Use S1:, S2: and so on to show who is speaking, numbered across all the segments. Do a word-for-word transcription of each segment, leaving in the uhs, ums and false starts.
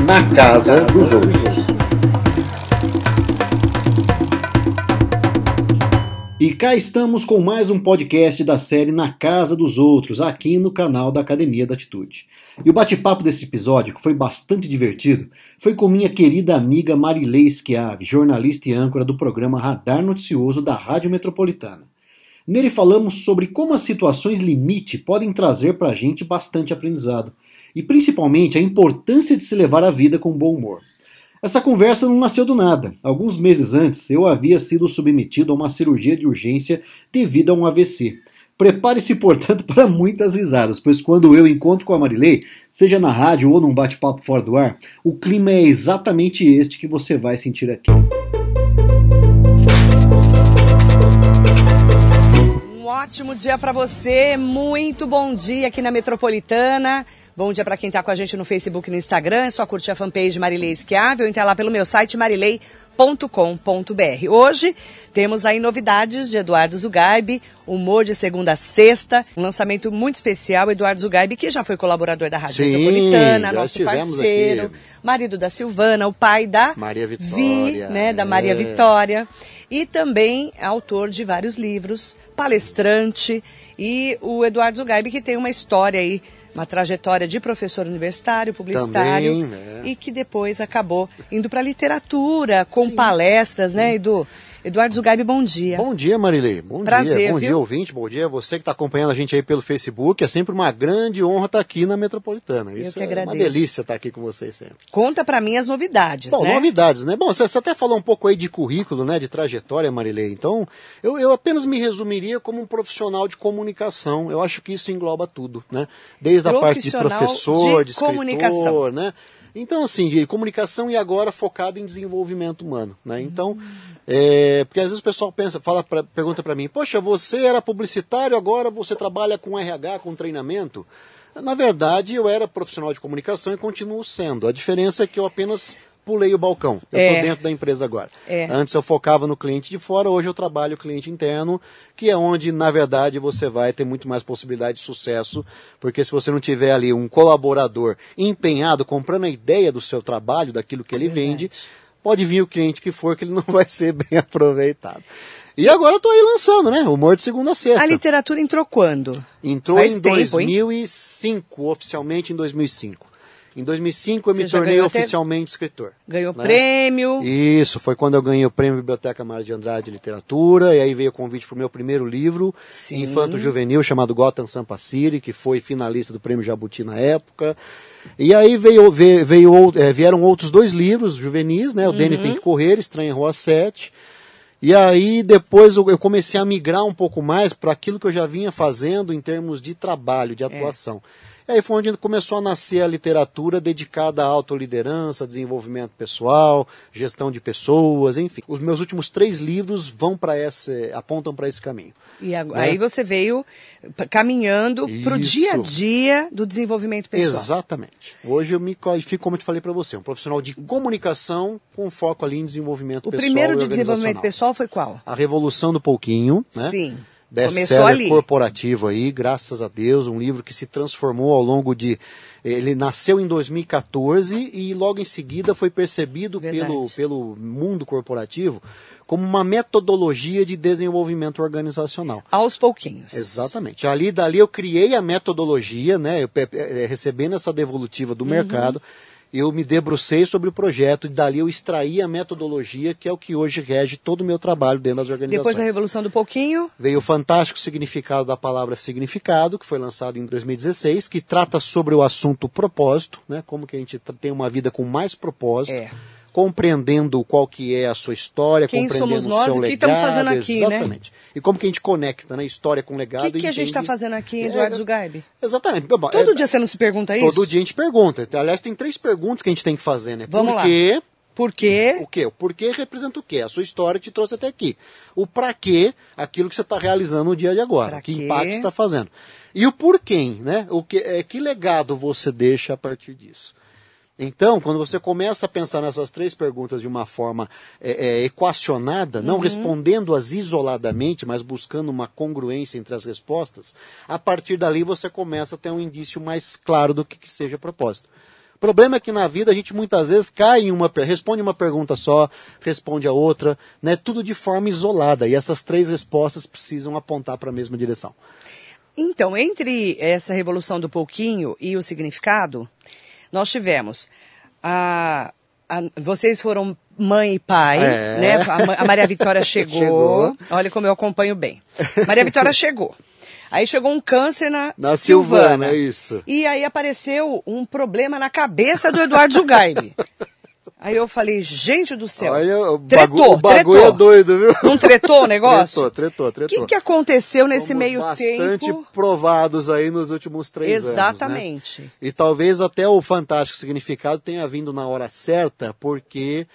S1: Na Casa dos Outros. E cá estamos com mais um podcast da série Na Casa dos Outros, aqui no canal da Academia da Atitude. E o bate-papo desse episódio, que foi bastante divertido, foi com minha querida amiga Marilei Schiavi, jornalista e âncora do programa Radar Noticioso da Rádio Metropolitana. Nele falamos sobre como as situações limite podem trazer para a gente bastante aprendizado, e principalmente a importância de se levar a vida com bom humor. Essa conversa não nasceu do nada. Alguns meses antes, eu havia sido submetido a uma cirurgia de urgência devido a um A V C. Prepare-se, portanto, para muitas risadas, pois quando eu encontro com a Marilei, seja na rádio ou num bate-papo fora do ar, o clima é exatamente este que você vai sentir aqui.
S2: Um ótimo dia para você, muito bom dia aqui na Metropolitana. Bom dia para quem está com a gente no Facebook e no Instagram. É só curtir a fanpage Marilei Schiavi ou entrar lá pelo meu site marilei ponto com ponto br. Hoje temos aí novidades de Eduardo Zugaib, humor de segunda a sexta, um lançamento muito especial. Eduardo Zugaib, que já foi colaborador da Rádio
S3: Sim,
S2: Metropolitana, nosso parceiro,
S3: aqui.
S2: marido da Silvana, o pai da
S3: Maria Vitória,
S2: Vi, né, da Maria
S3: é.
S2: Vitória, e também autor de vários livros, palestrante, e o Eduardo Zugaib, que tem uma história aí, uma trajetória de professor universitário, publicitário,
S3: Também, né?
S2: E que depois acabou indo para a literatura, com
S3: Sim.
S2: palestras, né, Edu? Eduardo Zugaib, bom dia.
S3: Bom dia, Marilei. Bom
S2: Prazer,
S3: dia. Bom
S2: viu?
S3: dia, ouvinte. Bom dia você que está acompanhando a gente aí pelo Facebook. É sempre uma grande honra estar aqui na Metropolitana.
S2: Eu
S3: Isso
S2: que
S3: é
S2: agradeço.
S3: uma delícia estar aqui com vocês sempre.
S2: Conta para mim as novidades,
S3: Bom,
S2: né?
S3: novidades, né? Bom, você, você até falou um pouco aí de currículo, né? De trajetória, Marilei. Então, eu, eu apenas me resumiria como um profissional de comunicação. Eu acho que isso engloba tudo, né? Desde a parte de professor, de, de escritor, né? Então, assim, de comunicação e agora focado em desenvolvimento humano, né? Então, hum. é, porque às vezes o pessoal pensa, fala pra, pergunta para mim, poxa, você era publicitário, agora você trabalha com R H, com treinamento? Na verdade, eu era profissional de comunicação e continuo sendo. A diferença é que eu apenas pulei o balcão. Eu estou
S2: é.
S3: dentro da empresa agora.
S2: É.
S3: Antes eu focava no cliente de fora, hoje eu trabalho cliente interno, que é onde, na verdade, você vai ter muito mais possibilidade de sucesso, porque se você não tiver ali um colaborador empenhado, comprando a ideia do seu trabalho, daquilo que ele
S2: Verdade.
S3: vende, pode vir o cliente que for, que ele não vai ser bem aproveitado. E agora eu estou aí lançando, né? Humor de segunda a sexta.
S2: A literatura entrou quando?
S3: Entrou
S2: Faz
S3: em
S2: tempo,
S3: dois mil e cinco, hein? Oficialmente em dois mil e cinco. Em dois mil e cinco eu
S2: Você
S3: me
S2: já
S3: tornei
S2: ganhou até-
S3: oficialmente escritor.
S2: Ganhou
S3: né?
S2: prêmio.
S3: Isso, foi quando eu ganhei o prêmio Biblioteca Mário de Andrade de Literatura, e aí veio o convite para o meu primeiro livro,
S2: Sim.
S3: infanto-juvenil, chamado Gotham Sampa City, que foi finalista do prêmio Jabuti na época. E aí veio, veio, veio, é, vieram outros dois livros juvenis, né? O
S2: Uhum.
S3: Danny Tem que Correr, Estranha Rua sete. E aí depois eu eu comecei a migrar um pouco mais para aquilo que eu já vinha fazendo em termos de trabalho, de atuação. E aí foi onde começou a nascer a literatura dedicada à autoliderança, desenvolvimento pessoal, gestão de pessoas, enfim. Os meus últimos três livros vão para esse, apontam para esse caminho.
S2: E agora,
S3: né?
S2: aí você veio p- caminhando para o
S3: Isso.
S2: dia a dia do desenvolvimento pessoal.
S3: Exatamente. Hoje eu me qualifico, como eu te falei para você, um profissional de comunicação com foco ali em desenvolvimento
S2: O
S3: pessoal
S2: primeiro
S3: e
S2: de desenvolvimento
S3: organizacional.
S2: pessoal foi qual?
S3: A Revolução do Pouquinho, né?
S2: Sim. Começou
S3: Best-seller
S2: ali.
S3: corporativo aí, graças a Deus, um livro que se transformou ao longo de... Ele nasceu em dois mil e quatorze e logo em seguida foi percebido pelo, pelo mundo corporativo como uma metodologia de desenvolvimento organizacional.
S2: Aos pouquinhos.
S3: Exatamente. Ali, dali eu criei a metodologia, né, eu, é, recebendo essa devolutiva do
S2: Uhum.
S3: mercado, eu me debrucei sobre o projeto e dali eu extraí a metodologia que é o que hoje rege todo o meu trabalho dentro das organizações.
S2: Depois da Revolução do Pouquinho,
S3: Veio o fantástico significado da palavra significado, que foi lançado em dois mil e dezesseis, que trata sobre o assunto propósito, né? Como que a gente tem uma vida com mais propósito,
S2: É.
S3: compreendendo qual que é a sua história,
S2: Quem
S3: compreendendo
S2: somos nós
S3: o seu
S2: e o que
S3: legado.
S2: estamos fazendo aqui, né?
S3: Exatamente. E como que a gente conecta, né? História com legado.
S2: o que, que
S3: e
S2: a gente está
S3: entende-
S2: fazendo aqui,
S3: É,
S2: Eduardo Zugaib?
S3: Exatamente. Bom,
S2: Todo
S3: é,
S2: dia você não se pergunta isso?
S3: Todo dia a gente pergunta. Aliás, tem três perguntas que a gente tem que fazer, né?
S2: Vamos
S3: Por
S2: lá.
S3: quê?
S2: Por quê?
S3: O quê? O porquê representa o quê? A sua história te trouxe até aqui. O pra quê, aquilo que você está realizando no dia de agora.
S2: Pra
S3: que
S2: quê?
S3: impacto você está fazendo. E o porquê, né? O que, é, que legado você deixa a partir disso. Então, quando você começa a pensar nessas três perguntas de uma forma é, é, equacionada, não
S2: Uhum.
S3: respondendo-as isoladamente, mas buscando uma congruência entre as respostas, a partir dali você começa a ter um indício mais claro do que, que seja propósito. problema é que na vida a gente muitas vezes cai em uma, responde uma pergunta só, responde a outra, né? Tudo de forma isolada. E essas três respostas precisam apontar para a mesma direção.
S2: Então, entre essa revolução do pouquinho e o significado, nós tivemos a, a vocês foram mãe e pai, é. né? A, a Maria Vitória chegou. chegou. Olha como eu acompanho bem. Maria Vitória chegou. Aí chegou um câncer na,
S3: na Silvana. Silvana, é isso.
S2: E aí apareceu um problema na cabeça do Eduardo Zugaib. Aí eu falei, gente do céu,
S3: Olha, o
S2: tretou,
S3: bagu- o bagulho
S2: tretou.
S3: é doido, viu?
S2: Não tretou o negócio?
S3: Tretou, tretou, tretou.
S2: O que, que aconteceu nesse
S3: Somos
S2: meio
S3: bastante
S2: tempo?
S3: bastante provados aí nos últimos três
S2: Exatamente.
S3: anos, né? E talvez até o fantástico significado tenha vindo na hora certa, porque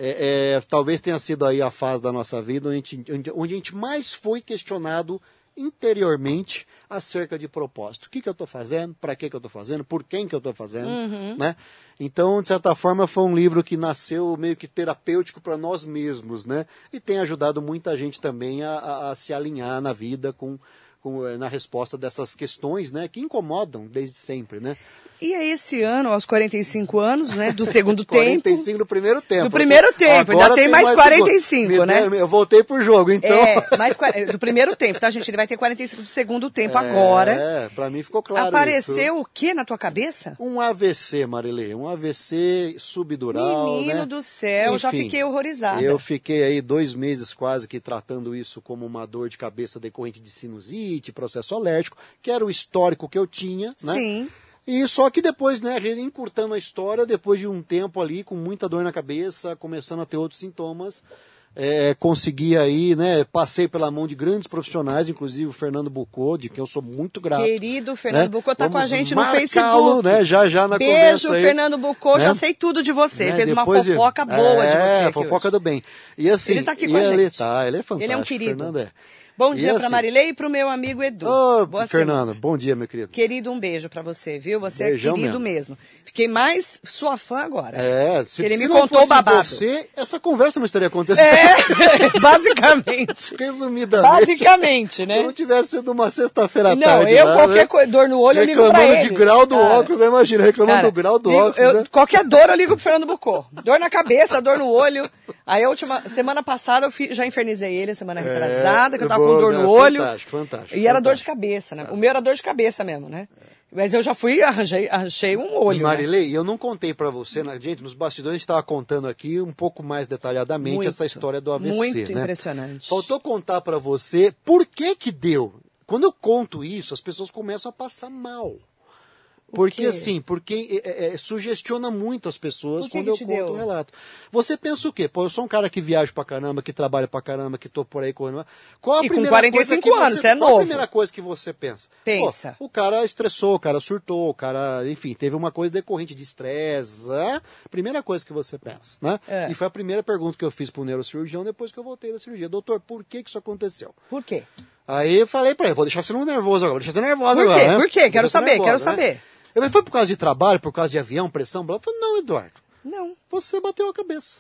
S3: é, é, talvez tenha sido aí a fase da nossa vida onde a gente, onde, onde a gente mais foi questionado interiormente acerca de propósito. O que, que eu estou fazendo? Para que, que eu estou fazendo? Por quem que eu estou fazendo?
S2: Uhum.
S3: Né? Então, de certa forma, foi um livro que nasceu meio que terapêutico para nós mesmos, né? E tem ajudado muita gente também a, a, a se alinhar na vida com, com, na resposta dessas questões, né? Que incomodam desde sempre, né?
S2: E aí esse ano, aos quarenta e cinco anos, né, do segundo tempo...
S3: quarenta e cinco do primeiro tempo.
S2: Do primeiro tempo, ainda tem, tem mais quarenta e cinco,
S3: segundo.
S2: né?
S3: Eu voltei pro jogo, então...
S2: É, mais, do primeiro tempo, tá, gente? Ele vai ter quarenta e cinco do segundo tempo é, agora.
S3: É, pra mim ficou claro
S2: Apareceu
S3: isso.
S2: o que na tua cabeça?
S3: Um A V C, Marilê, um A V C subdural,
S2: Menino
S3: né?
S2: do céu,
S3: Enfim,
S2: já fiquei horrorizada.
S3: Eu fiquei aí dois meses quase que tratando isso como uma dor de cabeça decorrente de sinusite, processo alérgico, que era o histórico que eu tinha, né?
S2: Sim.
S3: E só que depois, né, encurtando a história, depois de um tempo ali, com muita dor na cabeça, começando a ter outros sintomas, é, consegui aí, né, passei pela mão de grandes profissionais, inclusive o Fernando Bucô, de quem eu sou muito grato.
S2: Querido Fernando
S3: né?
S2: Bucô tá
S3: Vamos
S2: com a gente no
S3: marcá-lo,
S2: Facebook.
S3: Né, já já na
S2: Beijo,
S3: conversa aí.
S2: Fernando Bucô,
S3: né?
S2: já sei tudo de você,
S3: né?
S2: fez
S3: Depois
S2: uma fofoca
S3: de...
S2: boa
S3: é,
S2: de você.
S3: É, fofoca
S2: hoje.
S3: do bem. E assim,
S2: ele tá aqui
S3: e
S2: com a
S3: ele
S2: gente.
S3: Tá, ele é fantástico.
S2: Ele é um querido.
S3: Fernando é.
S2: Bom dia
S3: assim,
S2: para Marilei e para o meu amigo Edu.
S3: Ô,
S2: Boa
S3: Fernando,
S2: semana.
S3: bom dia, meu querido.
S2: Querido, um beijo para você, viu? Você
S3: Beijão
S2: é querido mesmo. mesmo. Fiquei mais sua fã agora.
S3: É, se,
S2: ele
S3: se
S2: me
S3: não
S2: contou
S3: fosse
S2: babado.
S3: você, essa conversa não estaria acontecendo.
S2: É, basicamente.
S3: Resumidamente.
S2: Basicamente, né?
S3: Se não tivesse sido uma sexta-feira à
S2: não,
S3: tarde.
S2: eu,
S3: lá,
S2: qualquer
S3: né?
S2: coisa, dor no olho, eu ligo pra
S3: reclamando
S2: ele.
S3: de grau do
S2: cara,
S3: óculos, né? Imagina, reclamando
S2: cara,
S3: do grau do
S2: ligo,
S3: óculos.
S2: eu,
S3: né?
S2: Qualquer dor eu ligo pro Fernando Bucô. Dor na cabeça, dor no olho. Aí a última, semana passada eu fi, já infernizei ele, semana
S3: É,
S2: retrasada, que eu tava
S3: boa,
S2: com dor
S3: né?
S2: no olho.
S3: Fantástico, fantástico.
S2: E era
S3: fantástico.
S2: dor de cabeça, né? O meu era dor de cabeça mesmo, né? Mas eu já fui, arranjei, arranjei um olho.
S3: Marilei,
S2: né?
S3: eu não contei pra você, né? Gente, nos bastidores a gente estava contando aqui um pouco mais detalhadamente
S2: muito,
S3: essa história do A V C.
S2: Muito
S3: né?
S2: impressionante.
S3: Faltou contar pra você por que que deu. Quando eu conto isso, as pessoas começam a passar mal. Porque assim, porque é, é, sugestiona muito as pessoas
S2: que
S3: quando
S2: que
S3: eu
S2: te
S3: conto
S2: deu?
S3: um relato. Você pensa o quê? Pô, eu sou um cara que viaja pra caramba, que trabalha pra caramba, que tô por aí correndo. Qual a
S2: E com
S3: primeira
S2: quarenta e
S3: coisa
S2: cinco
S3: que
S2: anos,
S3: você,
S2: você é
S3: qual
S2: novo.
S3: a primeira coisa que você pensa?
S2: Pensa.
S3: Pô, o cara estressou, o cara surtou, o cara, enfim, teve uma coisa decorrente de estresse. É? Primeira coisa que você pensa, né?
S2: É.
S3: E foi a primeira pergunta que eu fiz pro neurocirurgião depois que eu voltei da cirurgia. Doutor, por que que isso aconteceu?
S2: Por quê?
S3: Aí eu falei pra ele, vou deixar você nervoso agora, vou deixar você nervosa
S2: Por
S3: agora,
S2: quê?
S3: né?
S2: Por quê?
S3: Vou
S2: Quero
S3: deixar você
S2: saber, quero
S3: nervosa, né?
S2: saber.
S3: Eu falei, foi por causa de trabalho, por causa de avião, pressão? Blá? Eu falei, não, Eduardo,
S2: Não.
S3: você bateu a cabeça.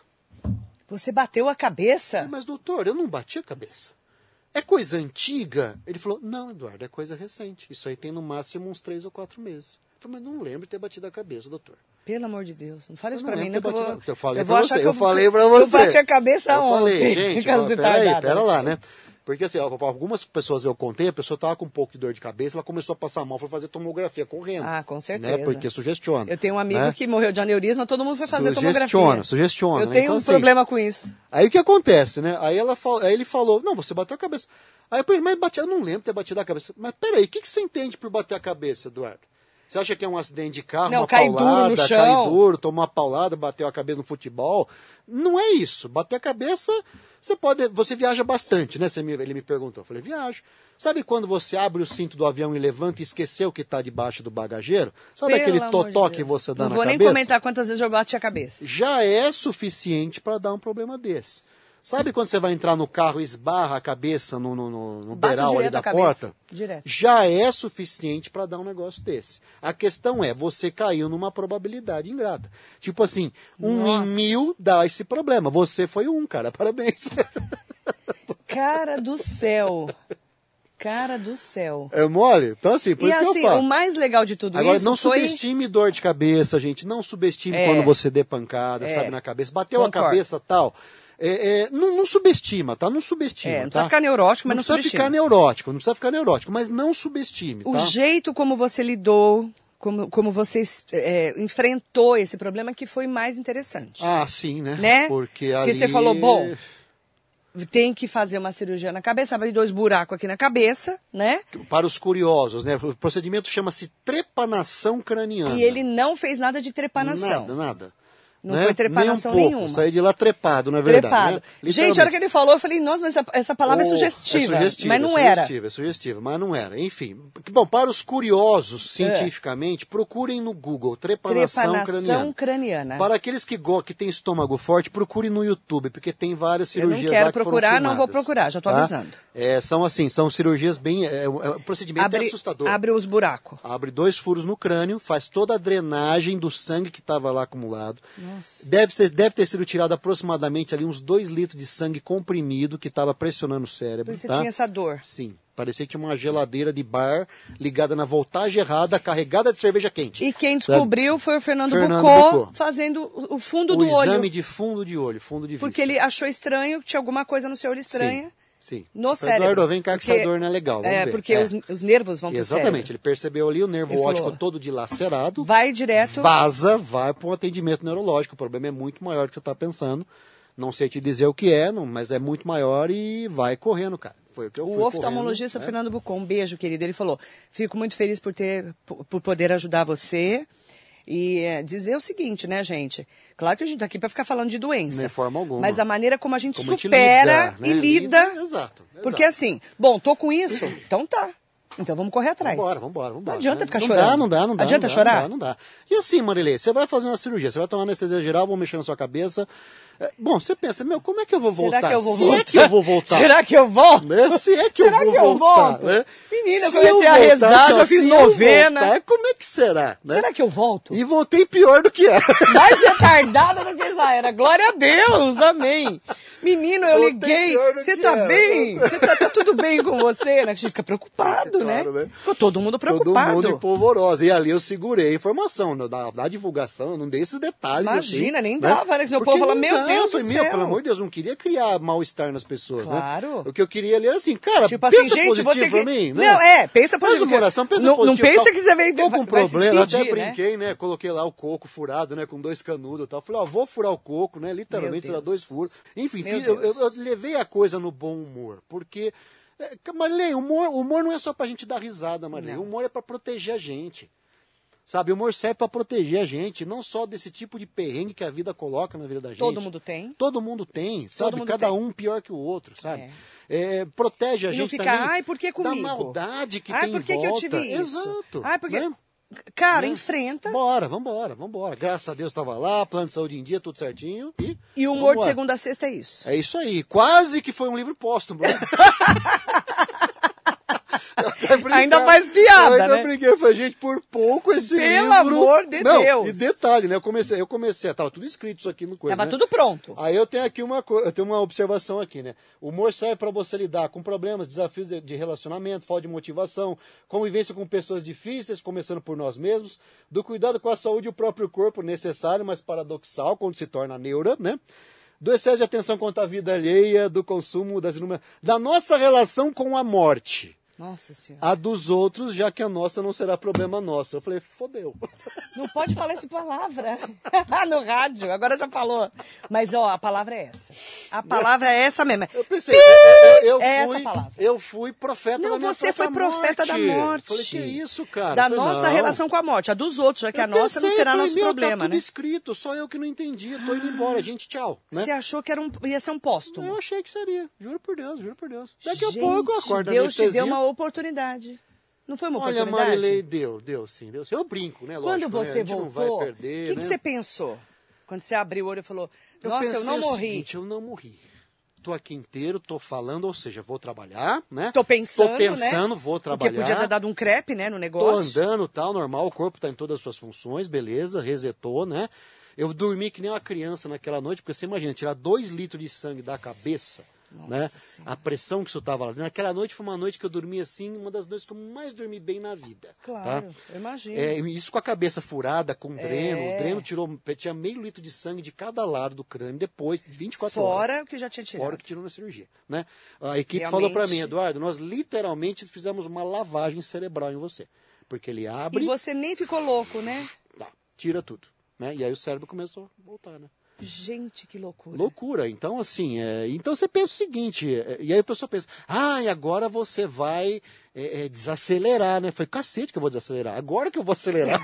S2: Você bateu a cabeça?
S3: Mas, doutor, eu não bati a cabeça. É coisa antiga? Ele falou, não, Eduardo, é coisa recente. Isso aí tem no máximo uns três ou quatro meses. Eu falei, mas não lembro de ter batido a cabeça, doutor.
S2: Pelo amor de Deus, não fala isso
S3: Eu
S2: pra
S3: não
S2: mim,
S3: lembro
S2: não,
S3: de
S2: que
S3: ter
S2: eu vou...
S3: batido- Eu falei
S2: eu
S3: pra
S2: vou
S3: você,
S2: achar que
S3: eu falei pra você.
S2: Eu bati a cabeça
S3: Eu
S2: ontem.
S3: falei, gente,
S2: Aquelas
S3: ó, peraí,
S2: retardadas.
S3: pera lá, né? Porque assim, ó, algumas pessoas eu contei, a pessoa tava com um pouco de dor de cabeça, ela começou a passar mal, foi fazer tomografia correndo.
S2: Ah, com certeza.
S3: Né? Porque sugestiona.
S2: Eu tenho um amigo
S3: né?
S2: que morreu de aneurisma, todo mundo foi fazer
S3: Sugestiona,
S2: tomografia.
S3: sugestiona.
S2: Eu
S3: né?
S2: tenho
S3: Então,
S2: um
S3: assim,
S2: problema com isso.
S3: Aí o que acontece, né? Aí, ela fal... aí ele falou, não, você bateu a cabeça. Aí eu falei, mas bati... eu não lembro de ter batido a cabeça. Mas peraí, o que, que você entende por bater a cabeça, Eduardo? Você acha que é um acidente de carro,
S2: Não,
S3: uma
S2: cai duro
S3: paulada,
S2: no
S3: cai
S2: chão.
S3: duro, tomou uma paulada, bateu a cabeça no futebol? Não é isso. Bater a cabeça, você pode. Você viaja bastante, né? Você me... Ele me perguntou. Eu falei, viajo. Sabe quando você abre o cinto do avião e levanta e esqueceu que está debaixo do bagageiro? Sabe
S2: Pelo
S3: aquele
S2: amor
S3: totó
S2: de
S3: que
S2: Deus.
S3: você dá
S2: Não
S3: na
S2: vou
S3: cabeça?
S2: nem comentar quantas vezes eu bati a cabeça.
S3: Já é suficiente para dar um problema desse. Sabe quando você vai entrar no carro e esbarra a cabeça no, no, no, no
S2: Bato
S3: beiral ali
S2: direto
S3: da
S2: a cabeça.
S3: porta?
S2: Direto.
S3: Já é suficiente para dar um negócio desse. A questão é, você caiu numa probabilidade ingrata. Tipo assim, um
S2: Nossa.
S3: em mil dá esse problema. Você foi um, cara. Parabéns.
S2: Cara do céu. Cara do céu.
S3: É mole? Então, assim, por
S2: e
S3: isso
S2: assim,
S3: que eu falo.
S2: O mais legal de tudo
S3: Agora,
S2: isso
S3: não
S2: foi...
S3: subestime dor de cabeça, gente. Não subestime
S2: É.
S3: quando você dê pancada,
S2: É.
S3: sabe, na cabeça. Bateu
S2: Concordo.
S3: a cabeça e tal. É, é, não, não subestima, tá? Não subestima,
S2: É, não precisa
S3: tá?
S2: ficar neurótico, mas não,
S3: não precisa
S2: subestima.
S3: ficar neurótico, não precisa ficar neurótico, mas não subestime,
S2: O
S3: tá?
S2: jeito como você lidou, como, como você é, enfrentou esse problema que foi mais interessante.
S3: Ah, sim, né?
S2: Né?
S3: Porque ali...
S2: Porque você falou, bom, tem que fazer uma cirurgia na cabeça, abrir dois buracos aqui na cabeça, né?
S3: Para os curiosos, né? O procedimento chama-se trepanação craniana.
S2: E ele não fez nada de trepanação.
S3: Nada, nada.
S2: Não
S3: né?
S2: foi trepanação
S3: Nem um pouco.
S2: nenhuma.
S3: Saí de lá trepado, na verdade.
S2: Trepado.
S3: Né?
S2: Gente, a hora que ele falou, eu falei, nossa, mas essa, essa palavra
S3: Oh,
S2: é sugestiva.
S3: É sugestiva,
S2: mas não
S3: é
S2: era.
S3: sugestiva, é sugestiva, mas não era. Enfim, bom, para os curiosos, cientificamente, é. procurem no Google, trepanação,
S2: trepanação
S3: craniana.
S2: craniana.
S3: Para aqueles que, go que têm estômago forte, procurem no YouTube, porque tem várias cirurgias
S2: eu não quero
S3: lá que
S2: procurar,
S3: foram
S2: não vou
S3: filmadas,
S2: procurar, já estou
S3: tá?
S2: avisando.
S3: É, são assim, são cirurgias bem... É, o procedimento
S2: abre,
S3: é assustador.
S2: Abre os buracos.
S3: Abre dois furos no crânio, faz toda a drenagem do sangue que estava lá acumulado.
S2: Nossa.
S3: Deve, ser, deve ter sido tirado aproximadamente ali uns dois litros de sangue comprimido que estava pressionando o cérebro.
S2: Por isso
S3: tá?
S2: você tinha essa dor.
S3: Sim. Parecia que tinha uma geladeira de bar ligada na voltagem errada, carregada de cerveja quente.
S2: E quem descobriu sabe? foi o Fernando,
S3: Fernando
S2: Bucô,
S3: Bucô,
S2: fazendo o fundo
S3: o
S2: do olho.
S3: O exame de fundo de olho, fundo de vista.
S2: Porque ele achou estranho, que tinha alguma coisa no seu olho estranha.
S3: Sim. Sim.
S2: No cérebro.
S3: Eduardo, vem cá que essa dor não é legal. Vamos
S2: é,
S3: ver.
S2: porque
S3: é.
S2: Os, os nervos vão pro cérebro.
S3: Exatamente. Ele percebeu ali o nervo
S2: ele
S3: óptico
S2: falou,
S3: todo dilacerado.
S2: Vai direto.
S3: Vaza, vai para um atendimento neurológico. O problema é muito maior do que você está pensando. Não sei te dizer o que é, não, mas é muito maior e vai correndo, cara. Foi o que eu fui
S2: O oftalmologista
S3: correndo,
S2: Fernando Bucô, um beijo, querido. Ele falou, fico muito feliz por, ter, por poder ajudar você. E é, dizer o seguinte, né, gente? Claro que a gente tá aqui para ficar falando de doença.
S3: De forma alguma.
S2: Mas a maneira como a gente
S3: como
S2: supera
S3: a gente lida,
S2: e
S3: né?
S2: lida.
S3: lida exato, exato.
S2: Porque assim, bom, tô com isso, então tá. Então vamos correr atrás.
S3: Vambora, vambora, vambora.
S2: Não adianta
S3: né?
S2: ficar
S3: não
S2: chorando.
S3: Dá, não dá, não dá.
S2: Adianta
S3: não dá,
S2: chorar?
S3: Não dá, não dá. E assim, Marilê, você vai fazer uma cirurgia, você vai tomar anestesia geral, vão mexer na sua cabeça. É, bom, você pensa, meu, como é que eu vou voltar?
S2: Será que eu vou
S3: Se
S2: voltar?
S3: é que eu vou voltar.
S2: Será que eu volto?
S3: Né? Se é que
S2: será
S3: eu vou
S2: que eu
S3: voltar.
S2: volto?
S3: Né?
S2: Menina, eu
S3: se
S2: comecei
S3: eu
S2: a rezar,
S3: voltar,
S2: já
S3: se
S2: fiz
S3: eu
S2: novena.
S3: Voltar, como é que será? Né?
S2: Será que eu volto?
S3: E voltei pior do que era.
S2: Mais retardada do que já era. Glória a Deus, amém. Menino, eu
S3: Voltei
S2: liguei.
S3: pior do
S2: Você
S3: que
S2: tá
S3: era.
S2: bem? Você tá, tá tudo bem com você? Né? A gente fica preocupado,
S3: Claro,
S2: né?
S3: né?
S2: Ficou todo mundo preocupado.
S3: Todo mundo empolvoroso. E ali eu segurei a informação, na, na divulgação, eu não dei esses detalhes.
S2: Imagina,
S3: assim,
S2: nem
S3: né?
S2: dava, né? Senão o
S3: Porque
S2: povo fala,
S3: não
S2: meu
S3: dá,
S2: Deus do
S3: falei, meu,
S2: céu.
S3: pelo amor de Deus, eu não queria criar mal-estar nas pessoas,
S2: Claro.
S3: né? O que eu queria ali era assim, cara,
S2: Tipo
S3: pensa
S2: assim, gente,
S3: positivo
S2: vou ter
S3: pra
S2: que...
S3: mim, né?
S2: Não, é, pensa
S3: Faz
S2: positivo.
S3: uma oração, pensa
S2: não,
S3: positivo.
S2: não pensa
S3: tal.
S2: que você vai,
S3: Tô com um
S2: vai se
S3: problema, eu até
S2: despedir, né?
S3: brinquei, né? Coloquei lá o coco furado, né? Com dois canudos e tal. Falei, ó, vou furar o coco, né? Literalmente, será dois furos. Enfim,
S2: Meu
S3: fiz, eu, eu,
S2: Deus.
S3: eu levei a coisa no bom humor, porque... É, Marilene, humor, humor não é só pra gente dar risada, Marilene.
S2: Não.
S3: Humor é pra proteger a gente. Sabe, o humor serve pra proteger a gente, não só desse tipo de perrengue que a vida coloca na vida da gente.
S2: Todo mundo tem.
S3: Todo mundo tem, sabe?
S2: mundo
S3: Cada
S2: tem.
S3: um pior que o outro, sabe? É. É, protege a
S2: E não
S3: gente
S2: fica,
S3: também
S2: ai, por que comigo?
S3: da maldade que
S2: Ai,
S3: tem
S2: por que
S3: em
S2: que eu
S3: volta.
S2: tive isso?
S3: Exato.
S2: Ai, porque...
S3: né?
S2: Cara,
S3: Né?
S2: enfrenta.
S3: Bora, vambora, vambora. Graças a Deus estava lá, plano de saúde em dia, tudo certinho. E,
S2: E o humor de
S3: vambora.
S2: segunda a sexta é isso.
S3: É isso aí. Quase que foi um livro póstumo. Né?
S2: Ainda faz piada,
S3: eu ainda
S2: né?
S3: brinquei, falei, gente, por pouco esse
S2: Pelo
S3: livro...
S2: amor de
S3: Não,
S2: Deus.
S3: E detalhe, né? Eu comecei, eu comecei, tava tudo escrito isso aqui no coisa,
S2: Tava
S3: né?
S2: tudo pronto.
S3: Aí eu tenho aqui uma coisa, eu tenho uma observação aqui, né? O humor serve para você lidar com problemas, desafios de, de relacionamento, falta de motivação, convivência com pessoas difíceis, começando por nós mesmos, do cuidado com a saúde e o próprio corpo, necessário, mas paradoxal, quando se torna neura, né? Do excesso de atenção quanto à vida alheia, do consumo das inúmeras... Da nossa relação com a morte.
S2: Nossa Senhora.
S3: A dos outros, já que a nossa não será problema nosso. Eu falei, fodeu.
S2: Não pode falar essa palavra no rádio, agora já falou. Mas, ó, a palavra é essa. A palavra é essa mesmo.
S3: Eu pensei, eu, eu, eu
S2: É
S3: fui,
S2: essa palavra.
S3: eu fui profeta
S2: Não,
S3: da minha
S2: você foi
S3: própria
S2: profeta da
S3: morte.
S2: morte.
S3: Falei, que isso, cara?
S2: Da
S3: Falei,
S2: nossa
S3: não.
S2: relação com a morte. A dos outros, já que
S3: Eu
S2: a nossa
S3: pensei,
S2: não será
S3: falei,
S2: nosso
S3: meu,
S2: problema,
S3: tá tudo
S2: né?
S3: escrito, só eu que não entendi. Tô indo embora, gente, tchau. Né?
S2: Você achou que era um, ia ser um póstumo.
S3: Eu achei que seria. Juro por Deus, juro por Deus. Daqui
S2: Gente,
S3: a pouco eu acordo da
S2: Deus te
S3: anestesia.
S2: deu uma oportunidade. Não foi uma
S3: Olha,
S2: oportunidade?
S3: Marilei, deu, deu sim, deu sim. Eu brinco, né?
S2: Quando
S3: Lógico, né? A
S2: você
S3: gente não
S2: voltou,
S3: vai
S2: o
S3: perder,
S2: que, que
S3: né?
S2: você pensou? Quando você abriu o olho e falou,
S3: Eu
S2: nossa, eu
S3: pensei
S2: não
S3: o
S2: morri.
S3: seguinte, eu não morri. Tô aqui inteiro, tô falando, ou seja, vou trabalhar, né?
S2: Tô pensando,
S3: Tô pensando,
S2: né?
S3: vou trabalhar.
S2: Porque podia ter dado um crepe, né, no
S3: Tô
S2: negócio.
S3: andando, tal, normal, o corpo tá em todas as suas funções, beleza, resetou, né? Eu dormi que nem uma criança naquela noite, porque você imagina, tirar dois litros de sangue da cabeça, né? A pressão que isso estava lá. Naquela noite foi uma noite que eu dormi assim, uma das noites que eu mais dormi bem na vida.
S2: Claro,
S3: tá?
S2: eu imagino.
S3: É, isso com a cabeça furada, com dreno.
S2: É.
S3: O dreno tirou, tinha meio litro de sangue de cada lado do crânio, depois de vinte e quatro
S2: Fora
S3: horas.
S2: Fora o que já tinha tirado.
S3: Fora o que tirou na cirurgia, né? A equipe
S2: Realmente...
S3: falou para mim, Eduardo, nós literalmente fizemos uma lavagem cerebral em você. Porque ele abre...
S2: E você nem ficou louco, né?
S3: Tá, tira tudo, né? E aí o cérebro começou a voltar, né?
S2: Gente, que loucura.
S3: Loucura. Então, assim, é... então você pensa o seguinte, é... e aí a pessoa pensa, ah, e agora você vai é, é, desacelerar, né? Foi cacete que eu vou desacelerar. Agora que eu vou acelerar.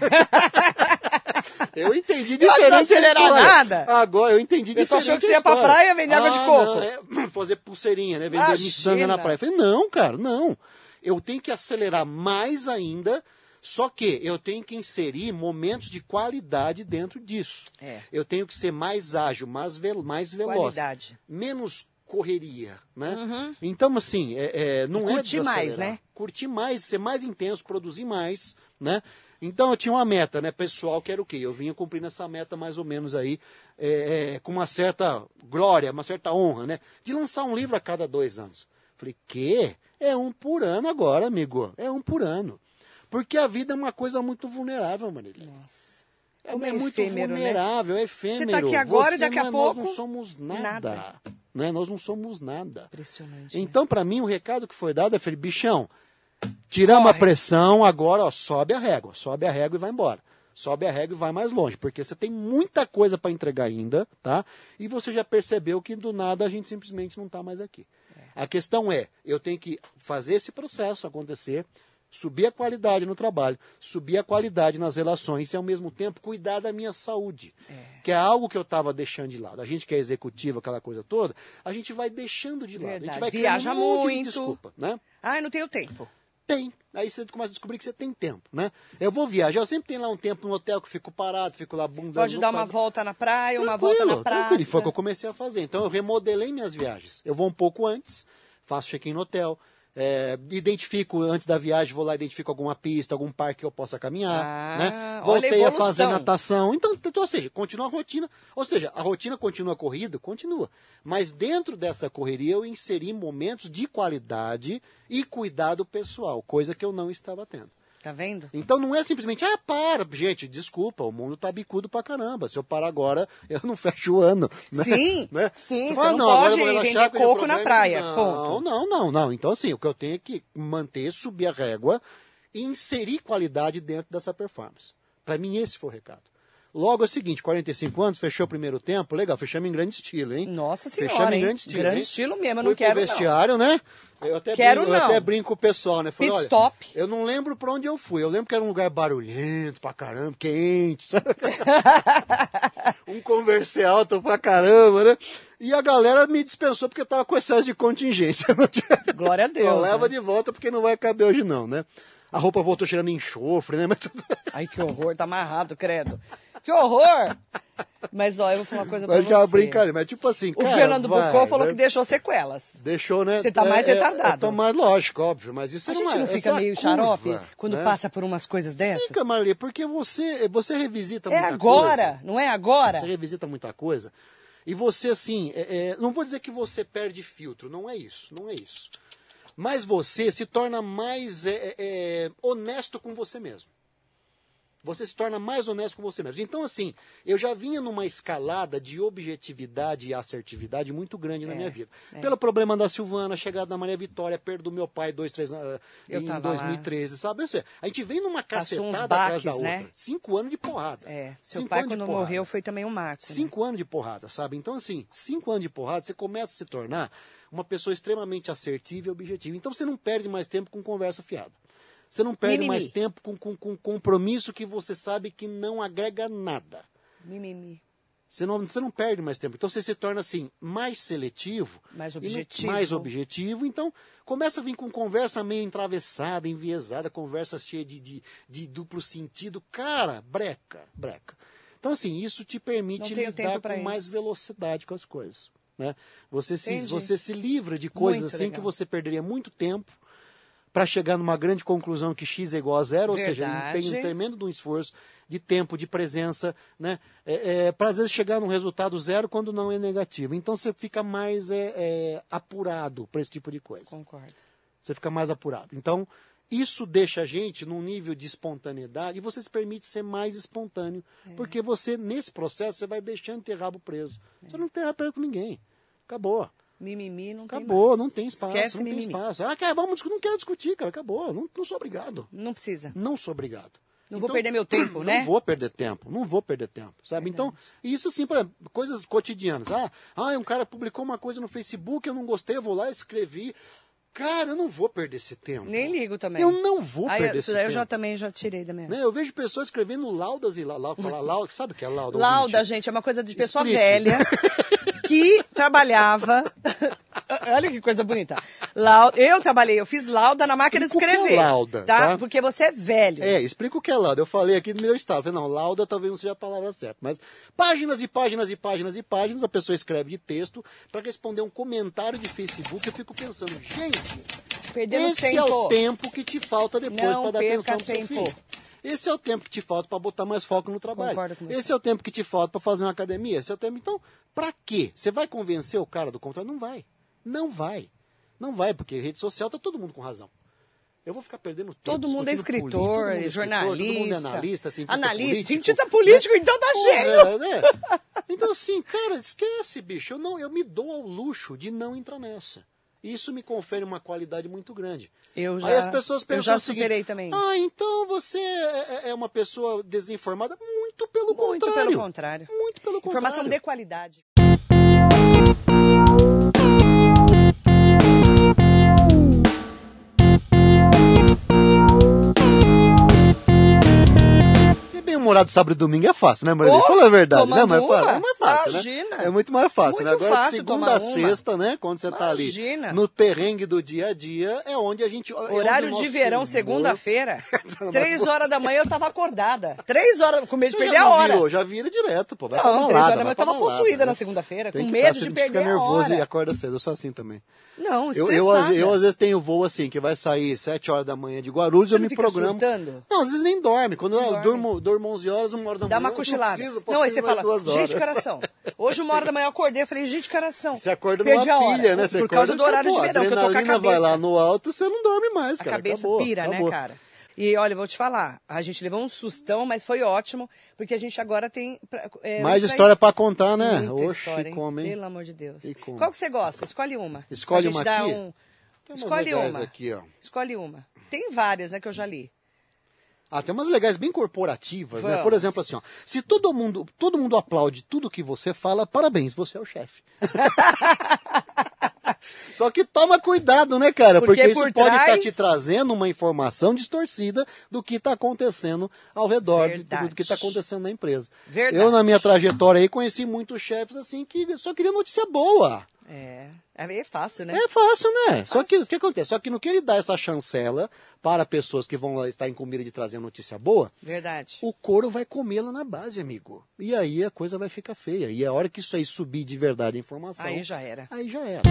S3: Eu entendi diferente.
S2: Não desacelerar nada.
S3: Agora eu entendi diferente.
S2: Você só achou que você ia pra praia vender ah, água de coco.
S3: Não, é fazer pulseirinha, né? Vender miçanga na praia. Eu falei, não, cara, não. Eu tenho que acelerar mais ainda. Só que eu tenho que inserir momentos de qualidade dentro disso. É. Eu tenho que ser mais ágil, mais, ve mais veloz. Qualidade. Menos correria, né? Uhum. Então, assim, é, é, não
S2: Curtir
S3: é desacelerar.
S2: mais, né?
S3: Curtir mais, ser mais intenso, produzir mais, né? Então, eu tinha uma meta, né, pessoal, que era o quê? Eu vinha cumprindo essa meta mais ou menos aí, é, é, com uma certa glória, uma certa honra, né? De lançar um livro a cada dois anos. Falei, quê? É um por ano agora, amigo. É um por ano. Porque a vida é uma coisa muito vulnerável, Marília. Nossa. É, é muito efêmero, vulnerável, né? É efêmero.
S2: Você está aqui agora
S3: Você
S2: e daqui
S3: não,
S2: a pouco...
S3: Nós não somos nada. nada. Né? Nós não somos nada.
S2: Impressionante.
S3: Então, né? Para mim, o recado que foi dado é, falei, bichão, tiramos Corre. a pressão, agora ó, sobe a régua. Sobe a régua e vai embora. Sobe a régua e vai mais longe. Porque você tem muita coisa para entregar ainda, tá? E você já percebeu que do nada a gente simplesmente não está mais aqui. É. A questão é, eu tenho que fazer esse processo acontecer, subir a qualidade no trabalho, subir a qualidade nas relações e, ao mesmo tempo, cuidar da minha saúde. É. Que é algo que eu estava deixando de lado. A gente que é executivo, aquela coisa toda, a gente vai deixando de lado.
S2: Verdade.
S3: A gente vai
S2: Viaja
S3: criando um monte
S2: muito.
S3: de desculpa, né?
S2: Ai, não tenho tempo.
S3: Tem. Aí você começa a descobrir que você tem tempo, né? Eu vou viajar, eu sempre tenho lá um tempo no hotel que eu fico parado, fico lá bundando.
S2: Pode dar uma
S3: quadro.
S2: volta na praia,
S3: tranquilo,
S2: uma volta na praça.
S3: Tranquilo, e foi o que eu comecei a fazer. Então eu remodelei minhas viagens. Eu vou um pouco antes, faço check-in no hotel, É, identifico, antes da viagem, vou lá, identifico alguma pista, algum parque que eu possa caminhar, ah, né? Voltei a, a fazer natação. Então, então, ou seja, continua a rotina. Ou seja, a rotina continua corrida? Continua. Mas dentro dessa correria, eu inseri momentos de qualidade e cuidado pessoal, coisa que eu não estava tendo.
S2: Tá vendo?
S3: Então não é simplesmente, ah, para, gente, desculpa, o mundo tá bicudo pra caramba. Se eu parar agora, eu não fecho o ano. Né?
S2: Sim,
S3: né?
S2: sim, você,
S3: fala,
S2: não,
S3: não
S2: pode vender coco na praia,
S3: não,
S2: ponto.
S3: Não, não, não. Então, assim, o que eu tenho é que manter, subir a régua e inserir qualidade dentro dessa performance. Para mim, esse foi o recado. Logo é o seguinte, quarenta e cinco anos, fechou o primeiro tempo, legal, fechamos em grande estilo, hein?
S2: Nossa senhora,
S3: fechamos
S2: hein?
S3: em grande estilo,
S2: Grande
S3: hein?
S2: estilo mesmo, eu
S3: Fui
S2: não quero
S3: pro vestiário,
S2: não.
S3: né? Eu até,
S2: quero
S3: brinco,
S2: não.
S3: eu até brinco com o pessoal, né? Falei,
S2: Pit
S3: olha,
S2: stop.
S3: eu não lembro pra onde eu fui. Eu lembro que era um lugar barulhento pra caramba, quente, sabe? Um conversa alto pra caramba, né? E a galera me dispensou porque tava com excesso de contingência.
S2: Glória a Deus.
S3: Só leva
S2: né?
S3: de volta porque não vai caber hoje não, né? A roupa voltou cheirando enxofre, né? Mas...
S2: Ai, que horror, tá amarrado, credo. Que horror! Mas, ó, eu vou falar uma coisa pra
S3: mas
S2: você.
S3: Já é uma brincadeira, mas tipo assim,
S2: o
S3: cara,
S2: Fernando
S3: vai,
S2: Bucô falou
S3: né?
S2: que deixou sequelas.
S3: Deixou, né?
S2: Você tá mais
S3: é,
S2: retardado.
S3: É, tô mais lógico, óbvio, mas isso
S2: a
S3: não
S2: gente
S3: é,
S2: não fica meio
S3: curva,
S2: xarope quando
S3: né?
S2: passa por umas coisas dessas?
S3: Fica, Marli, porque você, você revisita
S2: é
S3: muita
S2: agora,
S3: coisa.
S2: É agora, não é agora?
S3: Você revisita muita coisa. E você, assim, é, é, não vou dizer que você perde filtro, não é isso, não é isso. Mas você se torna mais é, é, honesto com você mesmo. Você se torna mais honesto com você mesmo. Então, assim, eu já vinha numa escalada de objetividade e assertividade muito grande é, na minha vida. É. Pelo problema da Silvana, a chegada da Maria Vitória, perda do meu pai dois, três, uh, em dois mil e treze, lá. Sabe? A gente vem numa cacetada
S2: baques,
S3: atrás da outra.
S2: Né?
S3: Cinco anos de porrada.
S2: É, seu
S3: cinco
S2: pai quando morreu foi também um marco.
S3: Cinco
S2: né?
S3: anos de porrada, sabe? Então, assim, cinco anos de porrada, você começa a se tornar uma pessoa extremamente assertiva e objetiva. Então, você não perde mais tempo com conversa fiada. Você não perde
S2: Mimimi.
S3: mais tempo com, com, com compromisso que você sabe que não agrega nada.
S2: Mimimi.
S3: Você não, você não perde mais tempo. Então você se torna assim, mais seletivo.
S2: Mais objetivo.
S3: Mais objetivo. Então começa a vir com conversa meio atravessada, enviesada, conversa cheia de, de, de duplo sentido. Cara, breca, breca. Então assim, isso te permite lidar com mais isso. velocidade com as coisas. Né? Você, se, você se livra de coisas muito assim legal. que você perderia muito tempo para chegar numa grande conclusão que X é igual a zero, Verdade. Ou seja, tem um tremendo de um esforço de tempo, de presença, né? É, é, para às vezes chegar num resultado zero quando não é negativo. Então você fica mais é, é, apurado para esse tipo de coisa.
S2: Concordo.
S3: Você fica mais apurado. Então, isso deixa a gente num nível de espontaneidade e você se permite ser mais espontâneo. É. Porque você, nesse processo, você vai deixando ter rabo preso. É. Você não tem rabo preso com ninguém. Acabou.
S2: Mimimi não
S3: acabou,
S2: tem mais.
S3: Acabou, não tem espaço.
S2: Esquece
S3: não
S2: mimimi.
S3: tem espaço. Ah, quer, vamos discutir, não quero discutir, cara. Acabou. Não, não sou obrigado.
S2: Não precisa.
S3: Não sou obrigado.
S2: Não
S3: então,
S2: vou perder meu tempo,
S3: não
S2: né?
S3: Não vou perder tempo, não vou perder tempo, sabe? Verdade. Então, isso assim, para coisas cotidianas. Ah, ah, um cara publicou uma coisa no Facebook, eu não gostei, eu vou lá e escrevi. Cara, eu não vou perder esse tempo.
S2: Nem ligo também.
S3: Eu não vou
S2: aí,
S3: perder esse
S2: eu
S3: tempo.
S2: Eu já também já tirei da minha.
S3: Né? Eu vejo pessoas escrevendo laudas e laudas, falar lauda, sabe o que é lauda?
S2: Lauda, gente, é uma coisa de pessoa Explique. velha que trabalhava. Olha que coisa bonita. Lauda, eu trabalhei, eu fiz lauda na máquina Explica de escrever.
S3: O que é lauda,
S2: tá?
S3: tá?
S2: Porque você é velho.
S3: É, explica o que é lauda. Eu falei aqui no meu estado. Falei, não, lauda talvez não seja a palavra certa. Mas páginas e páginas e páginas e páginas, a pessoa escreve de texto para responder um comentário de Facebook. Eu fico pensando, gente,
S2: Perdendo
S3: esse
S2: tempo.
S3: é o tempo que te falta depois para dar atenção pro seu
S2: tempo.
S3: filho. Esse é o tempo que te falta para botar mais foco no trabalho.
S2: Concordo com você.
S3: Esse é o tempo que te falta para fazer uma academia. Esse é o tempo. Então, para quê? Você vai convencer o cara do contrário? Não vai. Não vai. Não vai, porque rede social tá todo mundo com razão. Eu vou ficar perdendo tempo.
S2: Todo mundo é escritor,
S3: político, todo mundo é
S2: jornalista.
S3: Todo mundo é analista, cientista
S2: analista,
S3: político.
S2: Cientista político,
S3: né?
S2: então tá
S3: Pô,
S2: cheio.
S3: É, né? Então, assim, cara, esquece, bicho. Eu, não, eu me dou ao luxo de não entrar nessa. Isso me confere uma qualidade muito grande.
S2: Eu já,
S3: Aí as pessoas pensam
S2: eu já
S3: o seguinte,
S2: superei também.
S3: Ah, então você é, é uma pessoa desinformada? Muito pelo
S2: muito
S3: contrário.
S2: Muito pelo contrário.
S3: Muito pelo contrário.
S2: Informação de qualidade.
S3: Bem-humorado sábado e domingo é fácil, né, Marilene? Oh, Fala a verdade, né? Mas
S2: uma,
S3: é mais fácil,
S2: imagina.
S3: né? É muito mais fácil,
S2: muito
S3: né? Agora,
S2: fácil
S3: de segunda a sexta, né? Quando você
S2: imagina.
S3: tá ali no perrengue do dia a dia, é onde a gente...
S2: Horário
S3: é
S2: de verão, humor... segunda-feira. Três horas da manhã eu tava acordada. Três horas, com medo de perder a hora.
S3: Virou, já vira direto, pô. Vai
S2: não,
S3: pra balada,
S2: três horas da manhã eu tava
S3: balada,
S2: possuída
S3: né?
S2: na segunda-feira, com
S3: Tem
S2: medo
S3: tá,
S2: de perder
S3: fica
S2: a hora.
S3: nervoso e acorda cedo, eu sou assim também.
S2: Não,
S3: eu, eu, eu, eu às vezes tenho voo assim, que vai sair sete horas da manhã de Guarulhos,
S2: você
S3: eu
S2: não
S3: me
S2: fica
S3: programo.
S2: Surtando?
S3: Não, às vezes nem dorme. Quando não eu dorme. durmo, durmo onze horas, uma hora da
S2: Dá
S3: manhã.
S2: Dá uma cochilada.
S3: Não,
S2: não, aí você fala, gente, coração. Hoje, uma hora da manhã eu acordei, eu falei, gente, coração.
S3: Você acorda numa pilha, né? Você
S2: Por causa do horário
S3: acabou.
S2: de verão, que eu tô com a cabeça.
S3: Vai lá no alto, você não dorme mais, cara.
S2: A cabeça
S3: acabou,
S2: pira,
S3: acabou.
S2: né, cara? E olha, eu vou te falar, a gente levou um sustão, mas foi ótimo, porque a gente agora tem... É,
S3: mais história pra contar, né?
S2: Muita
S3: Oxe,
S2: história, hein?
S3: Come, hein?
S2: Pelo amor de Deus.
S3: Como?
S2: Qual que você gosta? Escolhe uma.
S3: Escolhe uma aqui?
S2: Um... Escolhe uma.
S3: Aqui, ó.
S2: Escolhe uma. Tem várias, né, que eu já li.
S3: Ah, tem umas legais bem corporativas,
S2: Vamos.
S3: né? Por exemplo, assim, ó, se todo mundo, todo mundo aplaude tudo que você fala, parabéns, você é o chefe. Só que toma cuidado, né, cara? Porque, porque isso por pode estar trás... tá te trazendo uma informação distorcida do que está acontecendo ao redor, de, do que está acontecendo na empresa.
S2: Verdade.
S3: Eu, na minha trajetória aí, conheci muitos chefes assim que só queriam notícia boa.
S2: É, é fácil, né?
S3: É fácil, né? Fácil. Só que o que acontece? Só que não quer dar essa chancela para pessoas que vão lá estar incumbidas de trazer notícia boa.
S2: Verdade.
S3: O couro vai comê-la na base, amigo. E aí a coisa vai ficar feia. E a hora que isso aí subir de verdade a informação...
S2: Aí já era.
S3: Aí já era.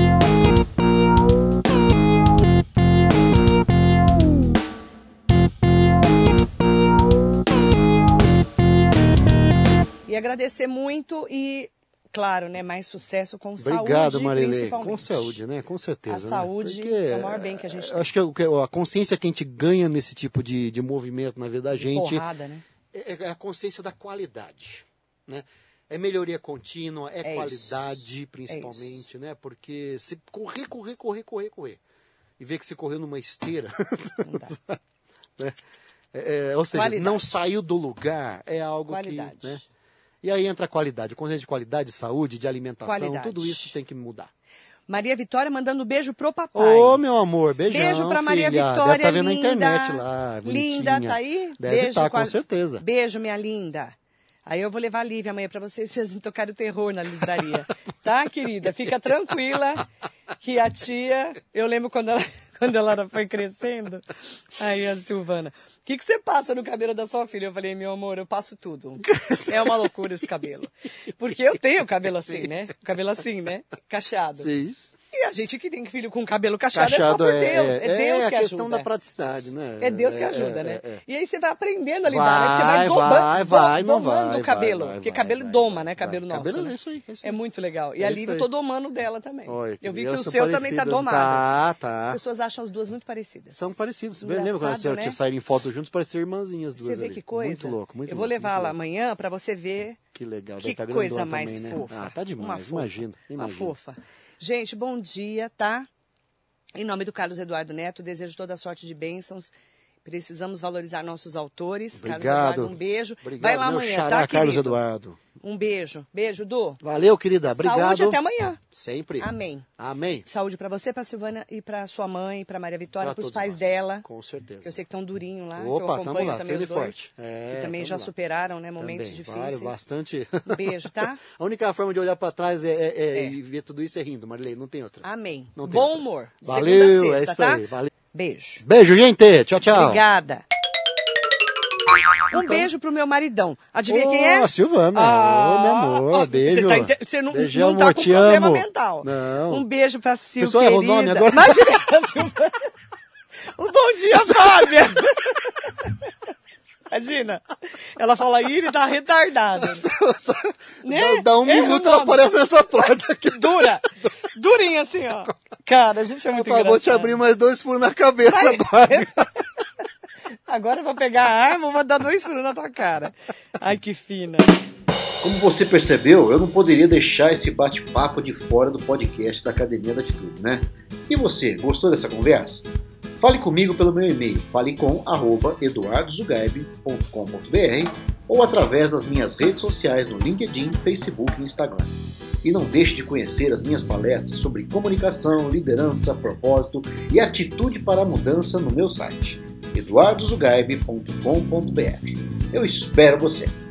S2: E agradecer muito e... Claro, né? Mais sucesso com saúde,
S3: Obrigado, Marilene.
S2: principalmente.
S3: Com saúde, né? Com certeza.
S2: A saúde
S3: né?
S2: é o maior bem que a gente tem.
S3: Acho que a consciência que a gente ganha nesse tipo de, de movimento na vida da gente...
S2: Porrada, né?
S3: É a consciência da qualidade, né? É melhoria contínua, é,
S2: é
S3: qualidade,
S2: isso.
S3: principalmente,
S2: é
S3: né? Porque se correr, correr, correr, correr, correr, e ver que você correu numa esteira...
S2: Não dá.
S3: né? é, é, ou seja,
S2: qualidade.
S3: não saiu do lugar, é algo
S2: qualidade.
S3: que... Né? E aí entra a qualidade, consciência de qualidade, saúde, de alimentação,
S2: qualidade.
S3: Tudo isso tem que mudar.
S2: Maria Vitória mandando um beijo pro papai.
S3: Ô, meu amor, beijão,
S2: beijo pra Maria
S3: filha.
S2: Vitória,
S3: Deve tá vendo
S2: linda,
S3: na internet lá,
S2: linda,
S3: bonitinha.
S2: tá aí?
S3: Deve
S2: beijo,
S3: estar, tá, com
S2: a...
S3: certeza.
S2: Beijo, minha linda. Aí eu vou levar a Lívia amanhã pra vocês fazerem tocar o terror na livraria. Tá, querida? Fica tranquila que a tia... Eu lembro quando ela, quando ela foi crescendo. Aí a Silvana... O que, que você passa no cabelo da sua filha? Eu falei, meu amor, eu passo tudo. É uma loucura esse cabelo. Porque eu tenho cabelo assim, né? O cabelo assim, né? Cacheado.
S3: Sim.
S2: E a gente que tem filho com cabelo cacheado,
S3: cacheado
S2: é só por
S3: é,
S2: Deus.
S3: É,
S2: é Deus
S3: é
S2: que
S3: a
S2: ajuda.
S3: questão da praticidade, né?
S2: É Deus que
S3: é,
S2: ajuda,
S3: é,
S2: né?
S3: É, é.
S2: E aí você vai aprendendo a lidar,
S3: vai,
S2: né? Você vai, domando,
S3: vai, vai, não
S2: domando
S3: vai,
S2: o cabelo.
S3: vai,
S2: porque
S3: vai,
S2: cabelo
S3: vai,
S2: doma,
S3: vai,
S2: né? Cabelo
S3: vai.
S2: nosso.
S3: Cabelo
S2: né?
S3: é isso aí. É, isso aí.
S2: É muito legal. E
S3: é
S2: a Lívia, eu tô domando dela também.
S3: Olha,
S2: eu vi que o seu
S3: parecida.
S2: também tá domado.
S3: Tá, tá.
S2: As pessoas acham as duas muito parecidas.
S3: São parecidas.
S2: Engraçado,
S3: Lembra quando a
S2: né?
S3: saíram em foto juntos, pareciam irmãzinhas duas
S2: Você vê
S3: ali.
S2: que coisa?
S3: Muito louco, muito
S2: Eu
S3: louco.
S2: vou levá-la
S3: louco.
S2: amanhã pra você ver.
S3: Que legal.
S2: Que
S3: tá
S2: coisa mais
S3: também, né?
S2: fofa.
S3: Ah, tá demais.
S2: Uma fofa.
S3: Imagina,
S2: Uma
S3: imagina.
S2: fofa. Gente, bom dia, tá? Em nome do Carlos Eduardo Neto, desejo toda a sorte de bênçãos. Precisamos valorizar nossos autores.
S3: Obrigado.
S2: Carlos Eduardo, um beijo.
S3: Obrigado,
S2: Vai lá
S3: meu
S2: amanhã,
S3: xará,
S2: tá,
S3: Carlos
S2: querido?
S3: Eduardo.
S2: Um beijo. Beijo, Du.
S3: Valeu, querida. Obrigado.
S2: Saúde até amanhã.
S3: Sempre.
S2: Amém.
S3: Amém.
S2: Saúde pra você, pra Silvana e pra sua mãe, pra Maria Vitória,
S3: Pra
S2: pros
S3: todos
S2: pais
S3: nós.
S2: dela.
S3: Com certeza.
S2: Que eu sei que estão durinho lá.
S3: Opa,
S2: que eu
S3: tamo
S2: acompanho
S3: lá,
S2: também
S3: firme
S2: os
S3: e
S2: dois.
S3: forte. É,
S2: que também
S3: tamo
S2: já
S3: lá.
S2: superaram, né? Momentos
S3: Também,
S2: difíceis.
S3: vários, bastante.
S2: Um beijo, tá?
S3: A única forma de olhar pra trás é, é, é,
S2: É.
S3: e ver tudo isso é rindo, Marilei. Não tem outra.
S2: Amém.
S3: Não tem
S2: Bom
S3: outra.
S2: humor.
S3: Valeu,
S2: Segunda a
S3: é
S2: sexta,
S3: isso
S2: tá?
S3: aí. Valeu.
S2: Beijo.
S3: Beijo, gente. Tchau, tchau.
S2: Obrigada. Um beijo pro meu maridão. Adivinha
S3: Ô,
S2: quem é?
S3: Silvana.
S2: Ah,
S3: Ô, meu amor.
S2: ó,
S3: Beijo.
S2: Você, tá inte- você não,
S3: Beijão,
S2: não tá
S3: amor,
S2: com
S3: te
S2: problema
S3: amo.
S2: mental.
S3: Não.
S2: Um beijo pra Sil,
S3: Pessoal,
S2: querida.
S3: errou o nome agora?
S2: Imagina, Silvana. Um bom dia, Fábia. Imagina. Ela fala, Iri tá retardada. Né?
S3: Dá, dá um
S2: Erra
S3: minuto
S2: o
S3: ela
S2: nome.
S3: aparece nessa porta aqui.
S2: Dura. Durinha assim, ó. Cara, a gente é muito
S3: Ela falou, vou te
S2: engraçado.
S3: abrir mais dois furos na cabeça agora.
S2: Agora eu vou pegar a arma e vou dar dois furos na tua cara. Ai, que fina.
S1: Como você percebeu, eu não poderia deixar esse bate-papo de fora do podcast da Academia da Atitude, né? E você, gostou dessa conversa? Fale comigo pelo meu e-mail, falecom arroba eduardo zugaib ponto com ponto br ou através das minhas redes sociais no LinkedIn, Facebook e Instagram. E não deixe de conhecer as minhas palestras sobre comunicação, liderança, propósito e atitude para a mudança no meu site, eduardo zugaib ponto com ponto br. Eu espero você!